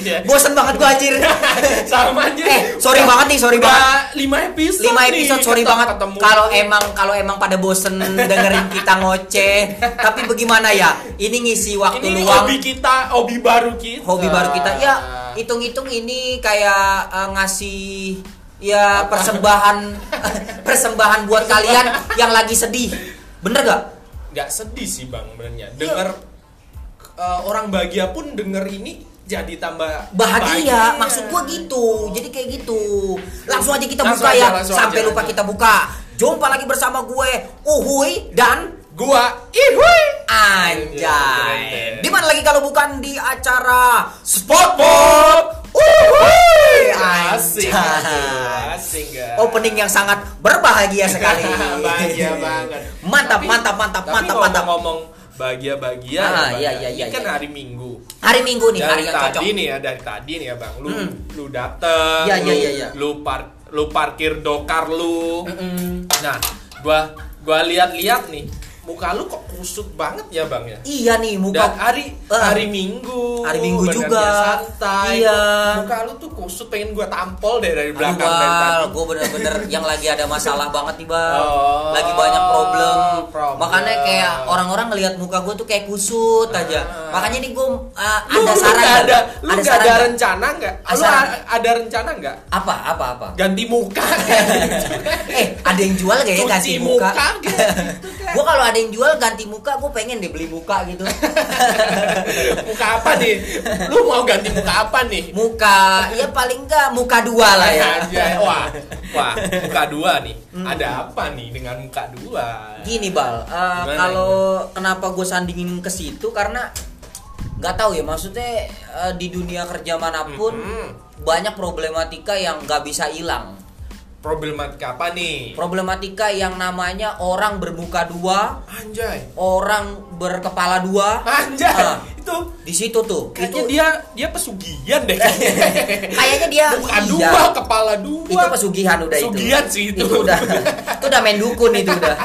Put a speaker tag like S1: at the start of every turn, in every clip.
S1: Bosen banget gua anjir.
S2: Sama anjir.
S1: Sorry banget.
S2: 5 episode.
S1: 5 episode sorry banget. Kalau emang pada bosen dengerin kita ngoceh. Tapi bagaimana ya? Ini ngisi waktu
S2: ini
S1: luang.
S2: hobi baru kita.
S1: Ya, hitung-hitung ini kayak ngasih ya persembahan buat kalian yang lagi sedih. Bener gak?
S2: Gak sedih sih Bang benernya. Dengar orang bahagia pun denger ini jadi tambah
S1: bahagia. Maksud gua gitu. Jadi kayak gitu. Langsung aja kita buka ya. Sampai lupa kita buka. Jumpa lagi bersama gue Uhuy dan
S2: gua Ihuy.
S1: Anjay. Di mana lagi kalau bukan di acara Spot Pop.
S2: Asik gak?
S1: Opening yang sangat berbahagia sekali.
S2: Bahagia banget.
S1: Mantap.
S2: Ngomong bahagia.
S1: Iya.
S2: Kan hari Minggu.
S1: Hari Minggu nih, hari yang cocok.
S2: Dari tadi nih ya Bang. Lu dateng.
S1: Iya.
S2: Lu parkir dokar lu. Nah, gua lihat-lihat nih. Muka lu kok kusut banget ya Bang ya?
S1: Iya nih muka.
S2: Hari Minggu.
S1: Hari Minggu juga.
S2: Santai.
S1: Iya.
S2: Muka lu tuh kusut, pengen gua tampol deh dari belakang.
S1: Bal, gue bener-bener yang lagi ada masalah banget nih Bal. Lagi banyak problem. Makanya kayak orang-orang ngelihat muka gue tuh kayak kusut aja. Makanya nih gue ada saran.
S2: Lu ada rencana nggak? Lu ada rencana nggak?
S1: Apa?
S2: Ganti muka.
S1: Ada yang jual gak ya ganti muka?
S2: Gitu.
S1: Gue kalau ada yang jual ganti muka, gue pengen deh beli muka gitu.
S2: Muka apa nih? Lu mau ganti muka apa nih?
S1: Muka, ya paling enggak muka 2 lah ya.
S2: Wah, muka 2 nih. Ada apa nih dengan muka 2?
S1: Gini Bal, kalau kenapa gue sandingin ke situ karena nggak tahu ya, maksudnya di dunia kerja manapun banyak problematika yang nggak bisa hilang.
S2: Problematika apa nih?
S1: Problematika yang namanya orang bermuka 2,
S2: anjay.
S1: Orang berkepala 2,
S2: anjay. Itu
S1: di situ tuh.
S2: Kayaknya dia pesugihan deh.
S1: Kayaknya dia
S2: muka 2, kepala 2.
S1: Itu pesugihan udah itu.
S2: Pesugihan sih itu.
S1: Itu udah main dukun itu udah.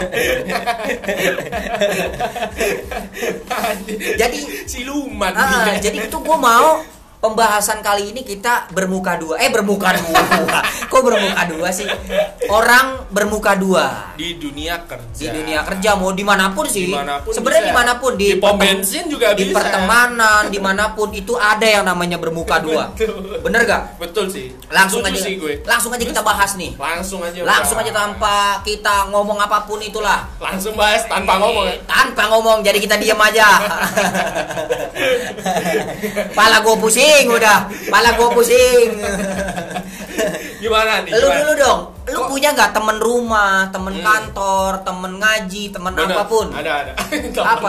S1: Jadi
S2: siluman.
S1: Jadi itu gue mau pembahasan kali ini kita bermuka 2. Kok bermuka 2 sih? Orang bermuka 2
S2: di dunia kerja.
S1: Di dunia kerja mau dimanapun sih. Sebenarnya dimanapun
S2: di pom bensin juga
S1: di
S2: bisa.
S1: Di pertemanan dimanapun itu ada yang namanya bermuka 2. Bener gak?
S2: Betul sih.
S1: Langsung aja kita bahas nih.
S2: Langsung aja
S1: tanpa kita ngomong apapun itulah.
S2: Langsung bahas tanpa ngomong.
S1: Tanpa ngomong. Jadi kita diam aja. Pala gue pusing. Pala gue pusing.
S2: Gimana nih?
S1: Lu dulu dong. Lu punya nggak temen rumah, temen kantor, temen ngaji, temen apapun?
S2: Ada.
S1: Apa?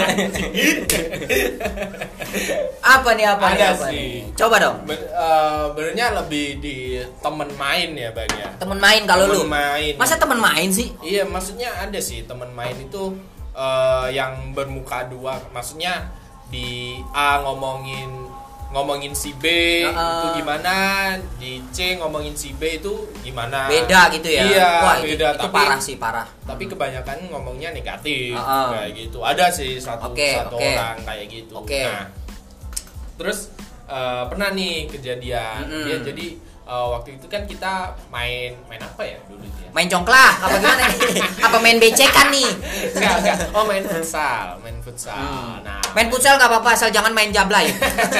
S1: Apa nih?
S2: Sih.
S1: Coba dong.
S2: Benernya lebih di temen main ya Bang ya.
S1: Temen main kalau lu.
S2: Main.
S1: Masa temen main sih?
S2: Iya, maksudnya ada sih temen main itu yang bermuka 2. Maksudnya di A ngomongin si B itu gimana, di C ngomongin si B itu gimana,
S1: beda gitu ya.
S2: Iya.
S1: Wah,
S2: beda.
S1: Itu parah.
S2: Tapi kebanyakan ngomongnya negatif kayak gitu. Ada sih satu orang kayak gitu. Nah, terus pernah nih kejadian dia jadi waktu itu kan kita main apa ya dulu ya?
S1: Main congklak apa gimana nih? Apa main becekan nih?
S2: Enggak. Main futsal. Nah,
S1: main futsal enggak apa-apa asal jangan main jablay.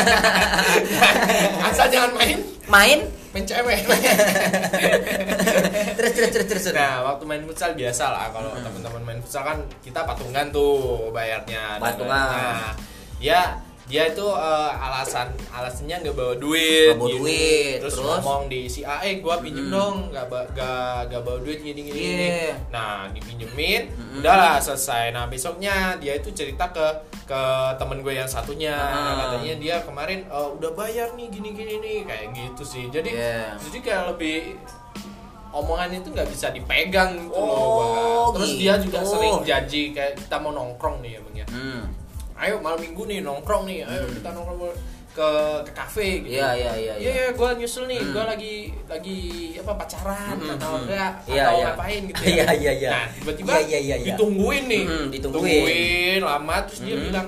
S2: Asal jangan main cewek. Terus. Nah, waktu main futsal biasa lah kalau teman-teman main futsal kan kita patungan tuh bayarnya.
S1: Patungan.
S2: Nah, dia itu alasannya nggak bawa duit, terus ngomong di si A, gua pinjem dong, nggak bawa duit gini. Nah dipinjemin, udahlah selesai. Nah besoknya dia itu cerita ke temen gue yang satunya, katanya dia kemarin udah bayar nih gini nih, kayak gitu sih. Jadi kayak lebih omongan itu nggak bisa dipegang gitu loh. Terus dia juga sering janji kayak kita mau nongkrong nih ya Bang ya. Ayo malam minggu nih nongkrong nih, ayo kita nongkrong ke kafe gitu. Iya, gue nyusul nih, gue lagi pacaran atau ngapain gitu ya. Nah tiba-tiba ditungguin nih, ditungguin lama, terus dia bilang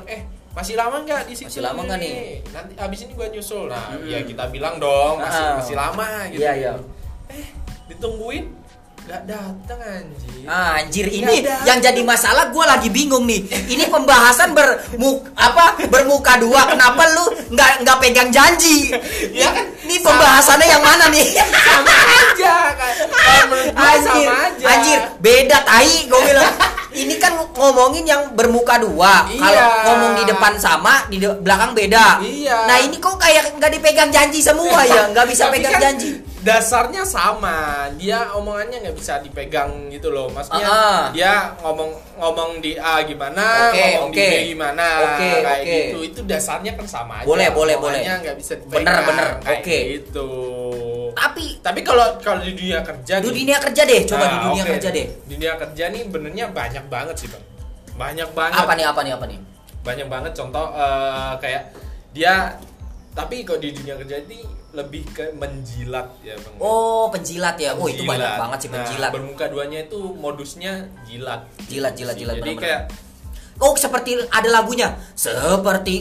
S2: masih lama nggak di situ?
S1: Masih lama nggak nih?
S2: Nanti abis ini gue nyusul. Nah, ya kita bilang dong masih lama gitu.
S1: Iya.
S2: Ditungguin nggak datang anjir.
S1: Anjir ini yang jadi masalah, gue lagi bingung nih. Ini pembahasan bermuka dua. Kenapa lu nggak pegang janji? Ya kan? Ini pembahasannya yang mana nih?
S2: Sama aja kan.
S1: Anjir,
S2: sama aja.
S1: Anjir, beda tai gue bilang. Ini kan ngomongin yang bermuka dua.
S2: Iya.
S1: Kalau ngomong di depan sama, di belakang beda.
S2: Iya.
S1: Nah ini kok kayak nggak dipegang janji semua ya, nggak bisa pegang
S2: kan
S1: janji.
S2: Dasarnya sama, dia omongannya nggak bisa dipegang gitu loh, maksudnya dia ngomong di A gimana, ngomong di B gimana, kayak gitu. Itu dasarnya kan sama aja.
S1: Boleh.
S2: Nggak bisa dipegang.
S1: Bener.
S2: Kayak gitu. Tapi kalau di dunia kerja,
S1: di dunia kerja deh, coba di dunia kerja deh.
S2: Di dunia kerja nih benernya banyak banget sih bang, banyak banget.
S1: Apa nih?
S2: Banyak banget contoh kayak dia, tapi kok di dunia kerja ini lebih ke menjilat ya bang.
S1: Oh penjilat ya, oh itu banyak banget sih penjilat.
S2: Bermuka duanya itu modusnya jilat.
S1: Jadi
S2: bener-bener. Kayak
S1: seperti ada lagunya, seperti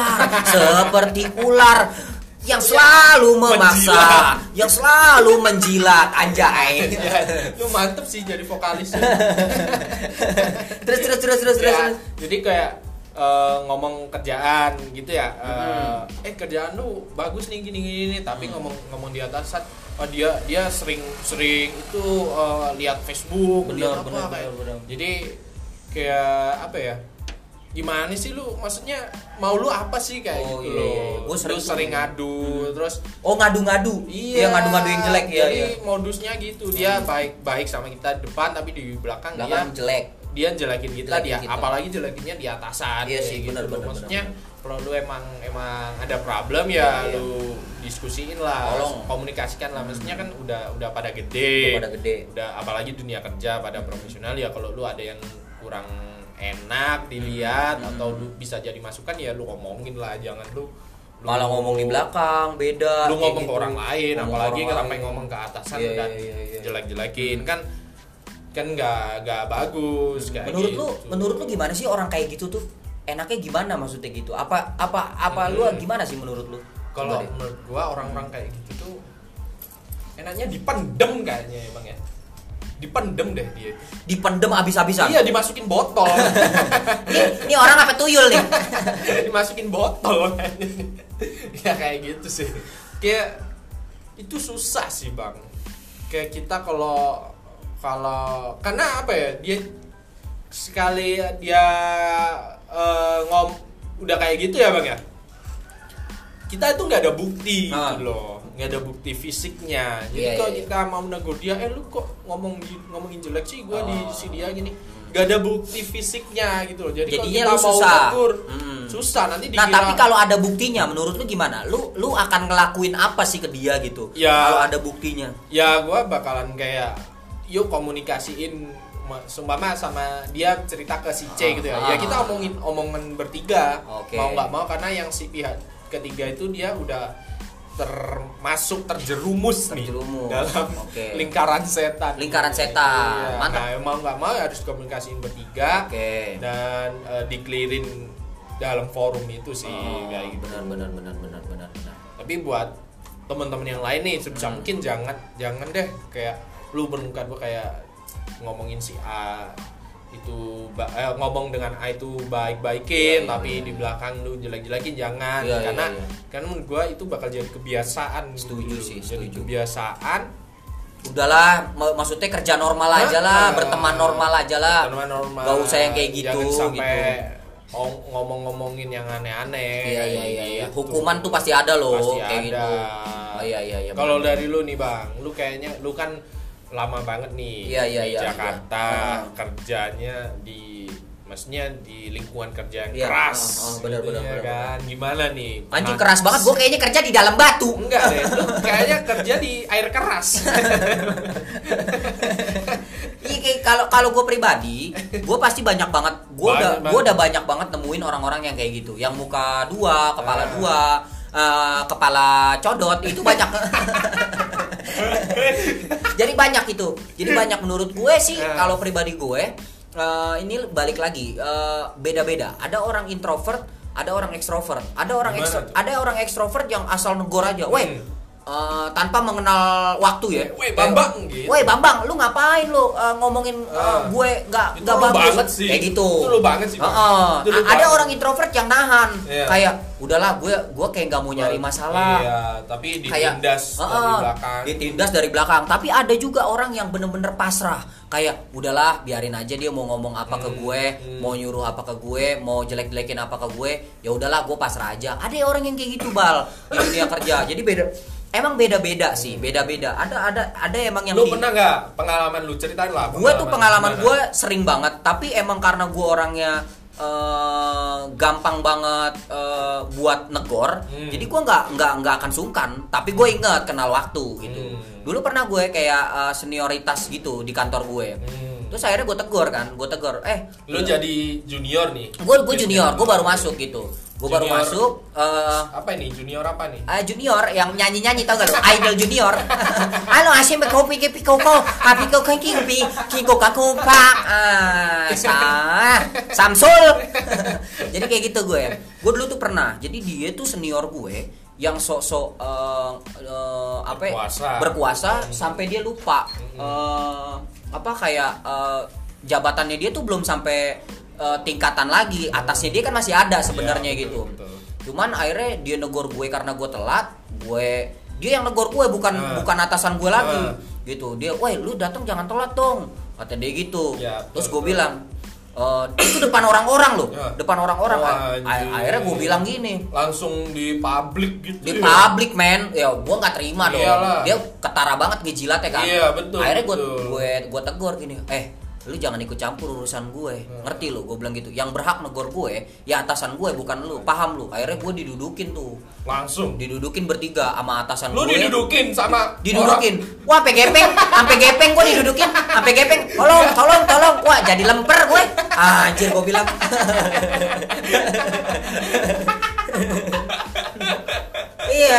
S1: ular yang selalu memaksa, yang selalu menjilat, anjay.
S2: Lu mantep sih jadi vokalis.
S1: Terus.
S2: Ya, jadi kayak ngomong kerjaan gitu ya. Kerjaan lu bagus nih gini, tapi ngomong di atasan, dia sering itu lihat Facebook,
S1: bener.
S2: Jadi kayak apa ya? Gimana sih lu, maksudnya mau lu apa sih kayak gitu loh. Gue sering ngadu terus
S1: ngadu-ngadu. Iya, ngadu-ngadu yang jelek ya.
S2: Jadi modusnya gitu, dia baik sama kita depan, tapi di belakang dia
S1: jelek.
S2: Dia jelekin kita, apalagi jelekinnya di atasan.
S1: Iya sih,
S2: gitu.
S1: benar.
S2: Maksudnya kalau lu emang ada problem ya lu diskusiin lah, komunikasikan lah. Maksudnya kan udah pada gede. Udah apalagi dunia kerja pada profesional ya, kalau lu ada yang kurang enak dilihat atau lu bisa jadi masukan ya lu ngomongin lah, jangan lu
S1: malah ngomong di belakang beda,
S2: lu ngomong ke orang lain, apalagi sampai ngomong ke atasan dan jelek-jelekin kan nggak bagus kayak
S1: menurut lu gimana sih orang kayak gitu tuh enaknya gimana, maksudnya gitu apa lu gimana sih menurut lu?
S2: Kalau menurut gua orang-orang kayak gitu tuh enaknya dipendem kayaknya ya bang ya. Dipendem deh dia.
S1: Dipendem abis-abisan.
S2: Iya, dimasukin botol.
S1: Ini orang apa tuyul nih?
S2: Dimasukin botol. Ya kayak gitu sih. Kayak itu susah sih bang. Kayak kita kalau karena apa ya, dia sekali dia udah kayak gitu ya bang ya. Kita itu nggak ada bukti gitu loh. Nggak ada bukti fisiknya. Jadi kalau kita mau negur dia, lu kok ngomongin jelek sih gue di si dia gini, nggak ada bukti fisiknya gitu loh. Jadi kalau kita mau negur susah nanti dikira.
S1: Nah tapi kalau ada buktinya, menurut lu gimana? Lu akan ngelakuin apa sih ke dia gitu?
S2: Ya,
S1: kalau ada buktinya? Ya
S2: gue bakalan kayak yuk komunikasiin sumpama sama dia, cerita ke si C gitu ya. Ya kita omongan bertiga, mau nggak mau, karena yang si pihak ketiga itu dia udah terjerumus nih dalam lingkaran setan.
S1: Iya. Mantap.
S2: Nah, mau nggak mau harus komunikasiin bertiga dan dikelirin dalam forum itu sih kayak gitu.
S1: Benar.
S2: Tapi buat teman-teman yang lain nih sebisa mungkin jangan deh kayak lu bermuka dua kayak ngomongin si A itu ngomong dengan A itu baik-baikin, tapi di belakang lu jelek-jelekin jangan. Karena menurut gua itu bakal jadi kebiasaan.
S1: Setuju.
S2: Jadi kebiasaan.
S1: Udahlah, maksudnya kerja normal aja lah, berteman normal aja lah. Gak usah yang kayak gitu.
S2: Jangan sampai ngomong-ngomongin yang aneh-aneh.
S1: Iya. Hukuman tuh pasti ada loh.
S2: Pasti
S1: kayak
S2: ada.
S1: Gitu. Iya.
S2: Kalau dari lu nih bang, lu kayaknya lu kan lama banget nih di Jakarta, kerjanya maksudnya di lingkungan kerja yang keras. Benar. Kan gimana nih?
S1: Anjing keras banget, gue kayaknya kerja di dalam batu.
S2: Enggak deh, lu kayaknya kerja di air keras.
S1: Iya, kalau gue pribadi, gue pasti banyak banget. Gue udah banyak banget nemuin orang-orang yang kayak gitu, yang muka dua, kepala dua, kepala codot, itu banyak. Jadi banyak menurut gue sih. Kalau pribadi gue ini balik lagi beda-beda. Ada orang introvert ada orang ekstrovert. Ada orang ekstrovert yang asal negor aja. Weh, tanpa mengenal waktu ya.
S2: Weh Bambang gitu.
S1: Weh Bambang, lu ngapain lu ngomongin gue nggak bagus
S2: sih.
S1: Kayak gitu.
S2: Itu lu banget sih.
S1: Ada orang introvert yang nahan. Kayak udahlah gue kayak nggak mau nyari masalah.
S2: Iya, tapi ditindas dari belakang.
S1: Ditindas dari belakang. Tapi ada juga orang yang bener-bener pasrah. Kayak udahlah biarin aja dia mau ngomong apa ke gue, mau nyuruh apa ke gue, mau jelek-jelekin apa ke gue, ya udahlah gue pasrah aja. Ada orang yang kayak gitu Bal di dunia kerja. Jadi emang beda-beda sih, beda-beda. Ada emang yang
S2: lu pernah nggak pengalaman lu ceritain lah?
S1: Gue tuh pengalaman gue sering banget, tapi emang karena gue orangnya gampang banget buat negor, jadi gue nggak akan sungkan. Tapi gue inget kenal waktu gitu. Dulu pernah gue kayak senioritas gitu di kantor gue. Terus akhirnya gue tegur.
S2: Lu jadi junior nih?
S1: Gue junior, gue baru masuk gitu. Gue baru masuk.
S2: Apa ini? Junior apa nih?
S1: Junior yang nyanyi tau gak lo? Idol junior. Halo asyik kopi koko, api koko kiko kaku pak. Samsul. Jadi kayak gitu gue. Gue dulu tuh pernah. Jadi dia tuh senior gue yang sok-sok berkuasa sampai dia lupa jabatannya dia tuh belum sampai tingkatan lagi, atasnya dia kan masih ada sebenarnya gitu. Betul. Cuman akhirnya dia negor gue karena gue telat, dia yang negor gue bukan atasan gue lagi gitu. Dia, "Woi, lu datang jangan telat dong." Kata dia gitu. Terus gue bilang, itu depan orang-orang loh, depan orang-orang. Akhirnya gue bilang gini,
S2: langsung di publik gitu.
S1: Di publik men, ya gue nggak terima dong. Dia ketara banget ngejilatnya kan.
S2: Iya betul.
S1: Akhirnya gue tegur gini, lu jangan ikut campur urusan gue, ngerti lu? Gue bilang gitu. Yang berhak negor gue ya atasan gue, bukan lu, paham lu? Akhirnya gue didudukin tuh, langsung didudukin bertiga sama atasan
S2: lu.
S1: Gue
S2: didudukin sama
S1: didudukin orang. Wah, sampai gepeng gue didudukin, sampai gepeng. Tolong, wah jadi lemper gue. Anjir gue bilang. Iya.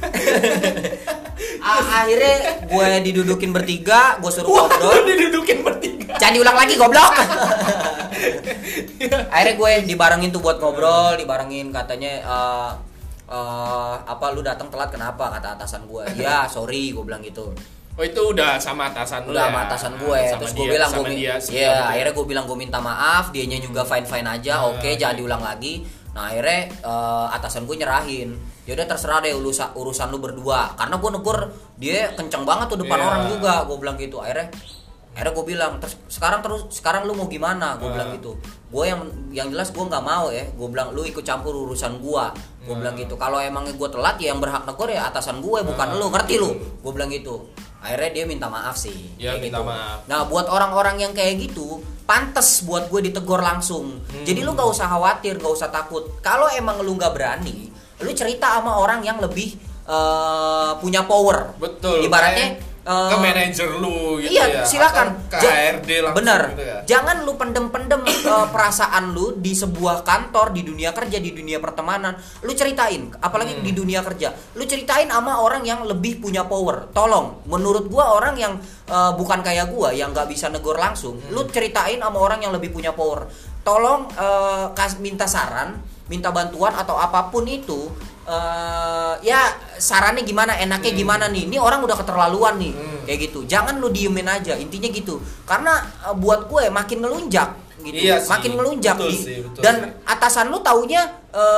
S1: Akhirnya gue didudukin bertiga, gue suruh ngobrol.
S2: Didudukin bertiga.
S1: Jangan diulang lagi goblok. Akhirnya gue dibarengin tuh buat ngobrol, katanya lu datang telat kenapa, kata atasan gue. Ya sorry, gue bilang gitu.
S2: Oh itu udah sama atasan lu?
S1: Udah sama atasan gue. Terus gue bilang akhirnya gue bilang gue minta maaf, dianya juga fine aja. Oke, jangan diulang lagi. Nah akhirnya atasan gue nyerahin, ya udah terserah deh urusan lu berdua, karena gue negur dia kenceng banget tuh depan orang juga. Gue bilang gitu. Akhirnya gue bilang, sekarang lu mau gimana? Gue bilang gitu. Gue yang jelas gue nggak mau ya. Gue bilang lu ikut campur urusan gue. Gue bilang gitu. Kalau emang gue telat ya yang berhak negor ya atasan gue, bukan lu, ngerti lu? Gue bilang gitu. Akhirnya dia minta maaf sih.
S2: Ya minta maaf.
S1: Nah buat orang-orang yang kayak gitu, pantes buat gue ditegur langsung. Jadi lu nggak usah khawatir, nggak usah takut. Kalau emang lu nggak berani, lu cerita sama orang yang lebih punya power.
S2: Betul.
S1: Ibaratnya
S2: ke manajer lu gitu.
S1: Iya, silakan.
S2: Ke HRD langsung.
S1: Bener.
S2: Gitu ya.
S1: Jangan lu pendem perasaan lu di sebuah kantor, di dunia kerja, di dunia pertemanan. Lu ceritain, apalagi di dunia kerja. Lu ceritain sama orang yang lebih punya power. Tolong, menurut gua orang yang bukan kayak gua yang nggak bisa negor langsung, lu ceritain sama orang yang lebih punya power. Tolong minta saran, minta bantuan atau apapun itu. Ya sarannya gimana, enaknya gimana nih, ini orang udah keterlaluan nih, kayak gitu. Jangan lu diemin aja, intinya gitu. Karena buat gue makin ngelunjak gitu. Iya sih, makin ngelunjak betul dan sih. Atasan lu taunya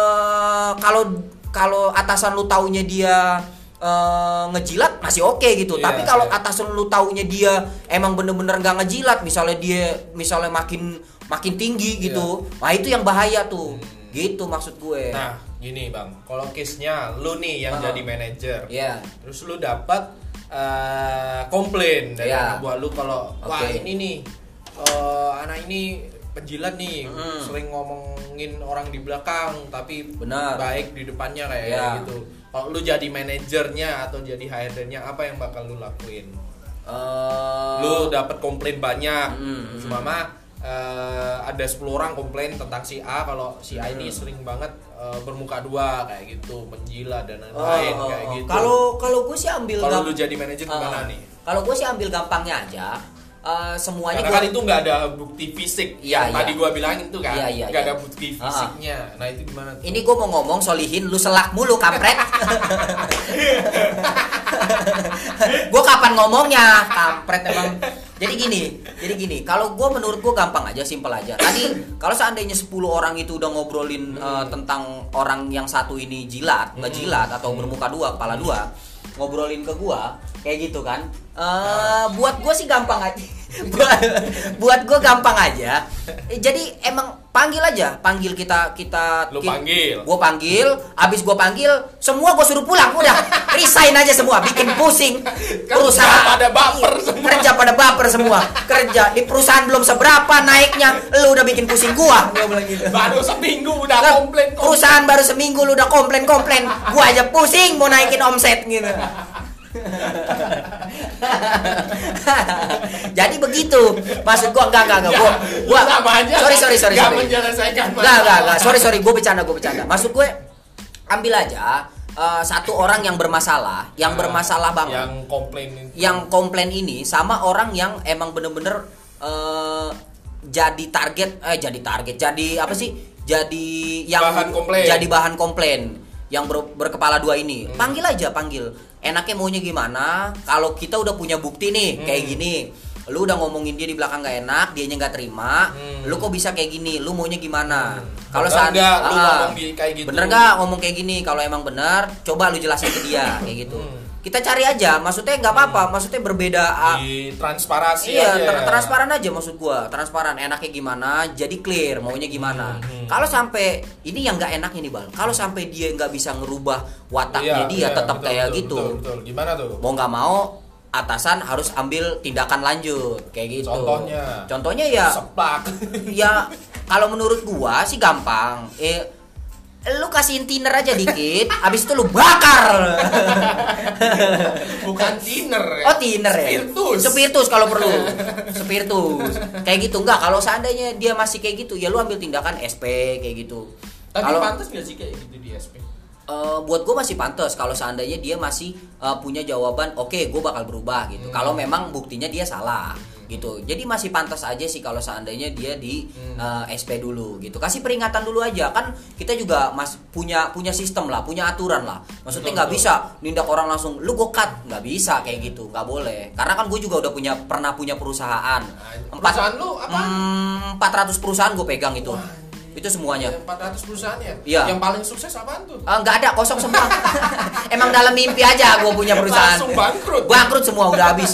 S1: kalau atasan lu taunya dia ngejilat masih oke gitu. Tapi kalau atasan lu taunya dia emang bener-bener nggak ngejilat, misalnya makin tinggi gitu, nah itu yang bahaya tuh. Gitu maksud gue.
S2: Nah gini bang, kalau case-nya lu nih yang jadi manajer, terus lu dapat komplain dari anak buah lu kalau wah ini nih anak ini penjilat nih, sering ngomongin orang di belakang tapi baik di depannya kayak gitu. Kalau lu jadi manajernya atau jadi HRD-nya, apa yang bakal lu lakuin? Lu dapat komplain banyak, cuma ada 10 orang komplain tentang si A, kalau si A ini sering banget bermuka dua kayak gitu, menjilat dan lain-lain kayak gitu.
S1: Kalau gue sih ambil
S2: kalau lu jadi manajer gimana nih?
S1: Kalau gue sih ambil gampangnya aja. semuanya
S2: karena kan itu nggak ada bukti fisik yang tadi gue bilangin tuh kan, nggak ada bukti fisiknya. Nah itu gimana tuh?
S1: Ini gue mau ngomong Solihin, lu selak mulu kampret. Gue kapan ngomongnya kampret emang. Jadi gini, kalau gue menurut gue gampang aja, simpel aja. Tadi kalau seandainya 10 orang itu udah ngobrolin tentang orang yang satu ini nggak jilat atau bermuka dua, kepala dua, ngobrolin ke gue kayak gitu kan. Buat gue sih gampang aja. buat gue gampang aja. Jadi emang panggil kita
S2: panggil.
S1: Gue panggil, abis gue panggil, semua gue suruh pulang, udah resign aja semua, bikin pusing perusahaan. Kerja pada baper semua. Kerja di perusahaan belum seberapa naiknya, lu udah bikin pusing gua bilang gitu.
S2: Baru seminggu udah komplain.
S1: Perusahaan baru seminggu lu udah komplain. Gua aja pusing mau naikin omset gitu. Jadi begitu maksud gua. Gua sorry
S2: Gak menyelesaikan
S1: masalah. Sorry gua bercanda. Maksud gue ambil aja satu orang yang bermasalah banget, yang komplain ini sama orang yang emang bener-bener jadi apa sih, jadi yang jadi bahan komplain yang berkepala dua ini. Panggil enaknya maunya gimana. Kalau kita udah punya bukti nih kayak gini, lu udah ngomongin dia di belakang gak enak, dianya gak terima, lu kok bisa kayak gini, lu maunya gimana? Kalau bener gak ngomong kayak gini? Kalau emang bener, coba lu jelasin ke dia kayak gitu. Kita cari aja, maksudnya nggak apa-apa, maksudnya berbeda.
S2: Transparasi.
S1: Iya, transparan aja maksud gua, transparan. Enaknya gimana, jadi clear maunya gimana. Kalau sampai ini yang nggak enak ini Bal, kalau sampai dia nggak bisa ngerubah wataknya tetap kayak gitu.
S2: Betul. Gimana tuh?
S1: Mau nggak mau atasan harus ambil tindakan lanjut kayak gitu. Contohnya ya
S2: seplak.
S1: Ya kalau menurut gua sih gampang. Lu kasihin thinner aja dikit, abis itu lu bakar.
S2: Bukan thinner ya.
S1: Oh thinner ya. Spiritus kalau perlu. Spiritus. Kayak gitu enggak? Kalau seandainya dia masih kayak gitu, ya lu ambil tindakan SP kayak gitu.
S2: Tapi pantas nggak sih kayak gitu di SP?
S1: Buat gue masih pantas kalau seandainya dia masih punya jawaban, oke, gue bakal berubah gitu. Kalau memang buktinya dia salah gitu. Jadi masih pantas aja sih kalau seandainya dia di SP dulu gitu. Kasih peringatan dulu aja, kan kita juga punya sistem lah, punya aturan lah. Maksudnya nggak bisa nindak orang langsung lu gue cut, nggak bisa kayak gitu, nggak boleh. Karena kan gue juga udah pernah punya perusahaan.
S2: Perusahaan lu apa?
S1: 400 perusahaan gue pegang itu. Itu semuanya.
S2: 400 perusahaan ya?
S1: Iya.
S2: Yang paling sukses apaan tuh?
S1: Nggak ada, kosong semua. Emang dalam mimpi aja gue punya perusahaan.
S2: Langsung bangkrut.
S1: Bangkrut semua, udah habis.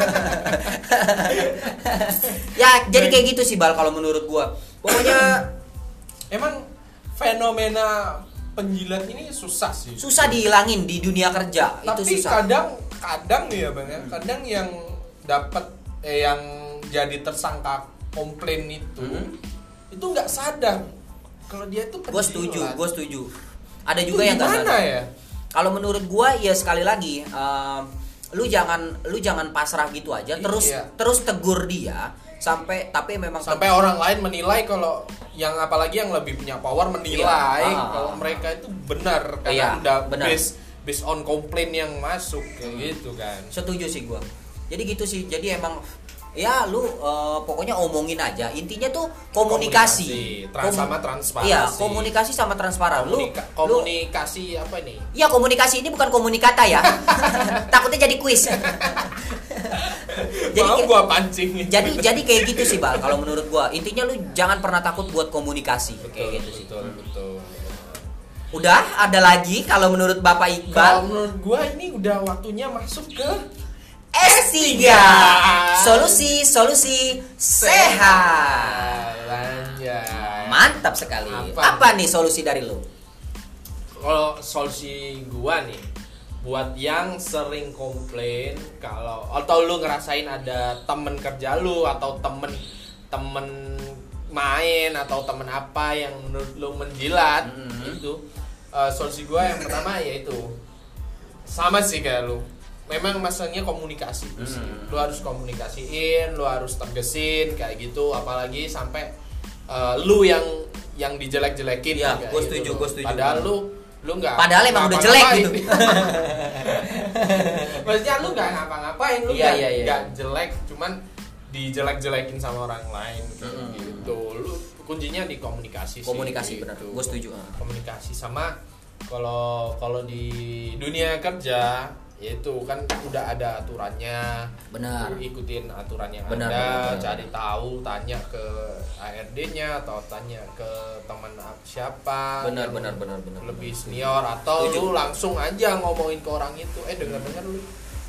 S1: Ya, jadi kayak gitu sih Bal kalau menurut gue. Pokoknya
S2: emang fenomena penjilat ini susah sih.
S1: Susah dihilangin di dunia kerja.
S2: Tapi
S1: itu susah.
S2: kadang nih ya Bang ya. Kadang yang dapat yang jadi tersangka komplain itu nggak sadar kalau dia tuh penjilat.
S1: Gue setuju. Ada juga yang nggak sadar.
S2: Ya?
S1: Kalau menurut gue ya sekali lagi, lu jangan pasrah gitu aja. Terus tegur dia sampai
S2: orang lain menilai kalau yang apalagi yang lebih punya power menilai kalau mereka itu benar karena udah based on komplain yang masuk kayak gitu kan.
S1: Setuju sih gue. Jadi gitu sih. Jadi emang ya lu pokoknya omongin aja, intinya tuh komunikasi
S2: sama transparansi.
S1: Iya, komunikasi sama transparan.
S2: Komunikasi apa ini?
S1: Iya, komunikasi ini bukan komunikata ya. Takutnya jadi kuis.
S2: Jadi gua pancing.
S1: Jadi kayak gitu sih Bal kalau menurut gua. Intinya lu jangan pernah takut buat komunikasi. Kayak gitu sih. Betul. Udah ada lagi kalau menurut Bapak Iqbal?
S2: Kalau menurut gua ini udah waktunya masuk ke
S1: S3 Solusi sehat. Mantap sekali. Apa nih solusi dari lu?
S2: Kalau solusi gua nih, buat yang sering komplain atau lu ngerasain ada temen kerja lu atau temen main atau temen apa yang menurut lu menjilat, itu solusi gua yang pertama yaitu sama sih kayak lu. Memang masalahnya komunikasi sih. Lu harus komunikasiin, lu harus tegesin kayak gitu, apalagi sampai lu yang dijelek-jelekin
S1: ya, gue setuju.
S2: Padahal lu nggak.
S1: Padahal emang udah jelek gitu.
S2: Maksudnya lu nggak ngapa-ngapain, lu nggak jelek, cuman dijelek-jelekin sama orang lain gitu. Lu kuncinya di komunikasi sih.
S1: Komunikasi benar. Gue setuju.
S2: Komunikasi sama kalau di dunia kerja yaitu kan udah ada aturannya.
S1: Benar.
S2: Lu ikutin aturan yang ada,
S1: benar.
S2: Cari tahu, tanya ke ARD-nya atau tanya ke teman siapa.
S1: Benar.
S2: Lebih senior atau lu langsung aja ngomongin ke orang itu. Dengar-dengar lu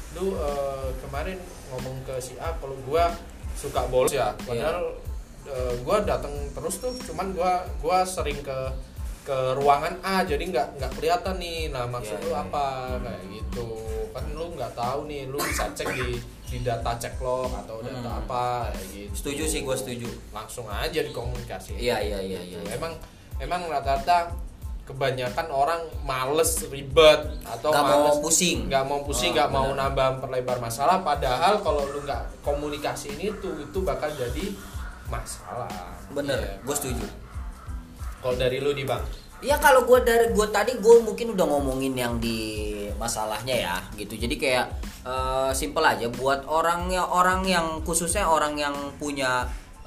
S2: kemarin ngomong ke si A kalau gua suka bolos ya. Padahal gua datang terus tuh, cuman gua sering ke ruangan A jadi nggak kelihatan nih. Nah maksud lu apa kayak gitu kan, lu nggak tahu nih, lu bisa cek di data cek log atau data apa kayak gitu.
S1: Setuju sih, gue setuju.
S2: Langsung aja dikomunikasi.
S1: Iya.
S2: Emang rata-rata kebanyakan orang males ribet atau
S1: nggak mau pusing,
S2: nggak mau nambah perlebar masalah. Padahal kalau lu nggak komunikasi itu bakal jadi masalah.
S1: Bener, gue setuju.
S2: Kalau dari lu nih Bang?
S1: Ya kalau gue tadi gue mungkin udah ngomongin yang di masalahnya ya gitu. Jadi kayak simple aja buat orang yang khususnya orang yang punya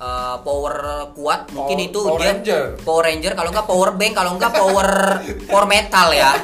S1: power kuat, mungkin itu
S2: Power
S1: dia
S2: Ranger.
S1: Power Ranger, kalau enggak power bank, kalau enggak power metal ya.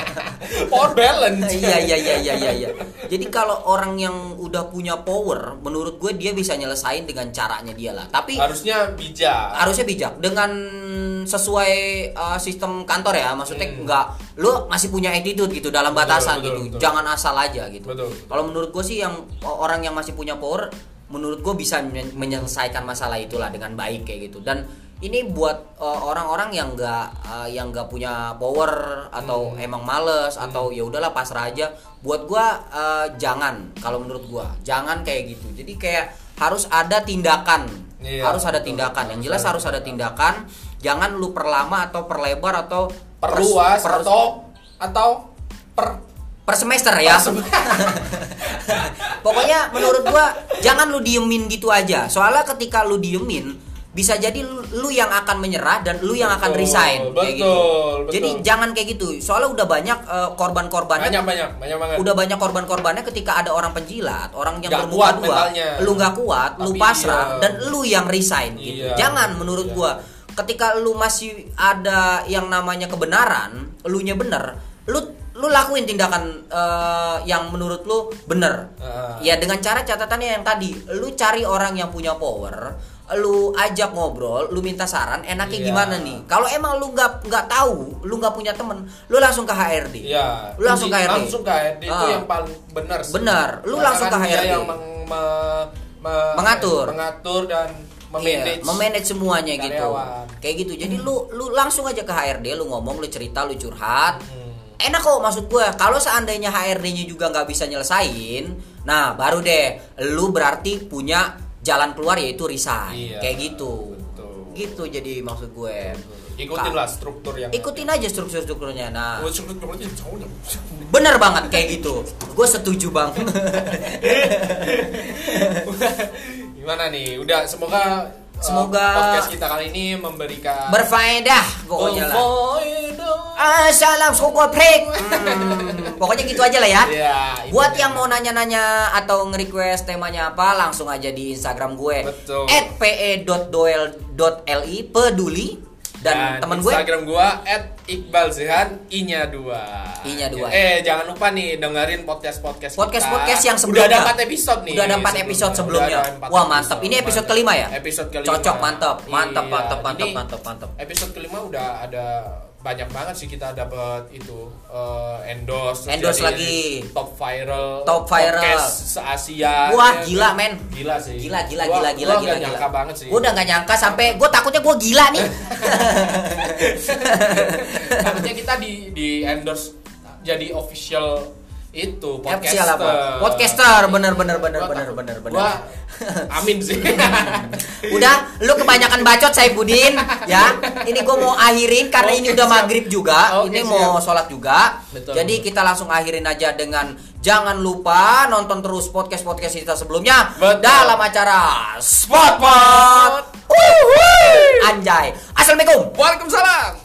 S2: Power balance.
S1: Iya. Jadi kalau orang yang udah punya power, menurut gue dia bisa nyelesain dengan caranya dia lah. Tapi
S2: harusnya bijak dengan
S1: sesuai sistem kantor ya. Maksudnya enggak lu masih punya attitude gitu dalam batasan betul. Jangan asal aja gitu. Kalau menurut gue sih yang orang yang masih punya power, menurut gue bisa menyelesaikan masalah itulah dengan baik kayak gitu. Dan ini buat orang-orang yang nggak punya power atau emang males atau ya udahlah pasrah aja. Buat gue jangan, kalau menurut gue jangan kayak gitu. Jadi kayak harus ada tindakan, tindakan. Yang jelas harus ada tindakan. Jangan lu perlama atau perlebar atau
S2: perluas atau
S1: per semester ya. Pokoknya menurut gua jangan lu diemin gitu aja. Soalnya ketika lu diemin bisa jadi lu yang akan menyerah dan lu yang akan resign kayak gitu. Jadi jangan kayak gitu. Soalnya udah banyak korban-korbannya.
S2: Banyak.
S1: Udah banyak korban-korbannya ketika ada orang penjilat, orang yang bermuka dua. Lu nggak kuat, lu pasrah dan lu yang resign gitu. Jangan menurut gua. Ketika lu masih ada yang namanya kebenaran, elunya bener, lu lakuin tindakan yang menurut lu bener. Ya dengan cara catatannya yang tadi, lu cari orang yang punya power, lu ajak ngobrol, lu minta saran, enaknya gimana nih? Kalau emang lu nggak tahu, lu nggak punya temen, lu langsung ke HRD.
S2: Iya.
S1: Lu langsung ke HRD.
S2: Itu yang paling benar sih.
S1: Benar. Lu langsung ke HRD.
S2: Yang
S1: mengatur
S2: dan
S1: memanage semuanya karyawan. Gitu. Kayak gitu. Jadi lu langsung aja ke HRD, lu ngomong, lu cerita, lu curhat. Enak kok, maksud gue. Kalau seandainya HRD-nya juga nggak bisa nyelesain, nah baru deh lu berarti punya jalan keluar yaitu resign. Kayak gitu.
S2: Betul.
S1: Gitu jadi maksud gue.
S2: Ikutin lah struktur yang
S1: ikutin aja strukturnya. Nah,
S2: strukturnya
S1: bener banget kayak gitu. Gue setuju bang.
S2: Gimana nih? Udah semoga podcast kita kali ini memberikan
S1: berfaedah pokoknya lah. Salam skokol break. Pokoknya gitu aja lah ya. Buat yang mau nanya-nanya atau nge-request temanya apa, langsung aja di Instagram gue @pe.doel.li peduli. Dan teman gue
S2: Instagram gue @iqbalzehan I-nya 2. Jangan lupa nih dengerin podcast
S1: yang sebelumnya.
S2: Udah ada 4 episode nih.
S1: Udah ada 4 episode sebelumnya. Wah, mantap. Ini episode kelima ya?
S2: Episode kelima.
S1: Cocok, mantap.
S2: Episode kelima udah ada banyak banget sih, kita dapat itu endorse
S1: lagi
S2: top viral
S1: podcast
S2: se-Asia.
S1: Wah gila men,
S2: gila sih,
S1: gila
S2: nyangka banget sih.
S1: Gue udah nggak nyangka sampai gue takutnya gue gila nih.
S2: Takutnya kita di endorse jadi official itu
S1: podcaster bener.
S2: Gua amin sih.
S1: Udah, lu kebanyakan bacot Saifuddin ya. Ini gue mau akhirin karena ini udah maghrib juga. Ini mau sholat juga. Jadi kita langsung akhirin aja dengan jangan lupa nonton terus podcast kita sebelumnya dalam acara Spotpot. Anjay. Assalamualaikum.
S2: Waalaikumsalam.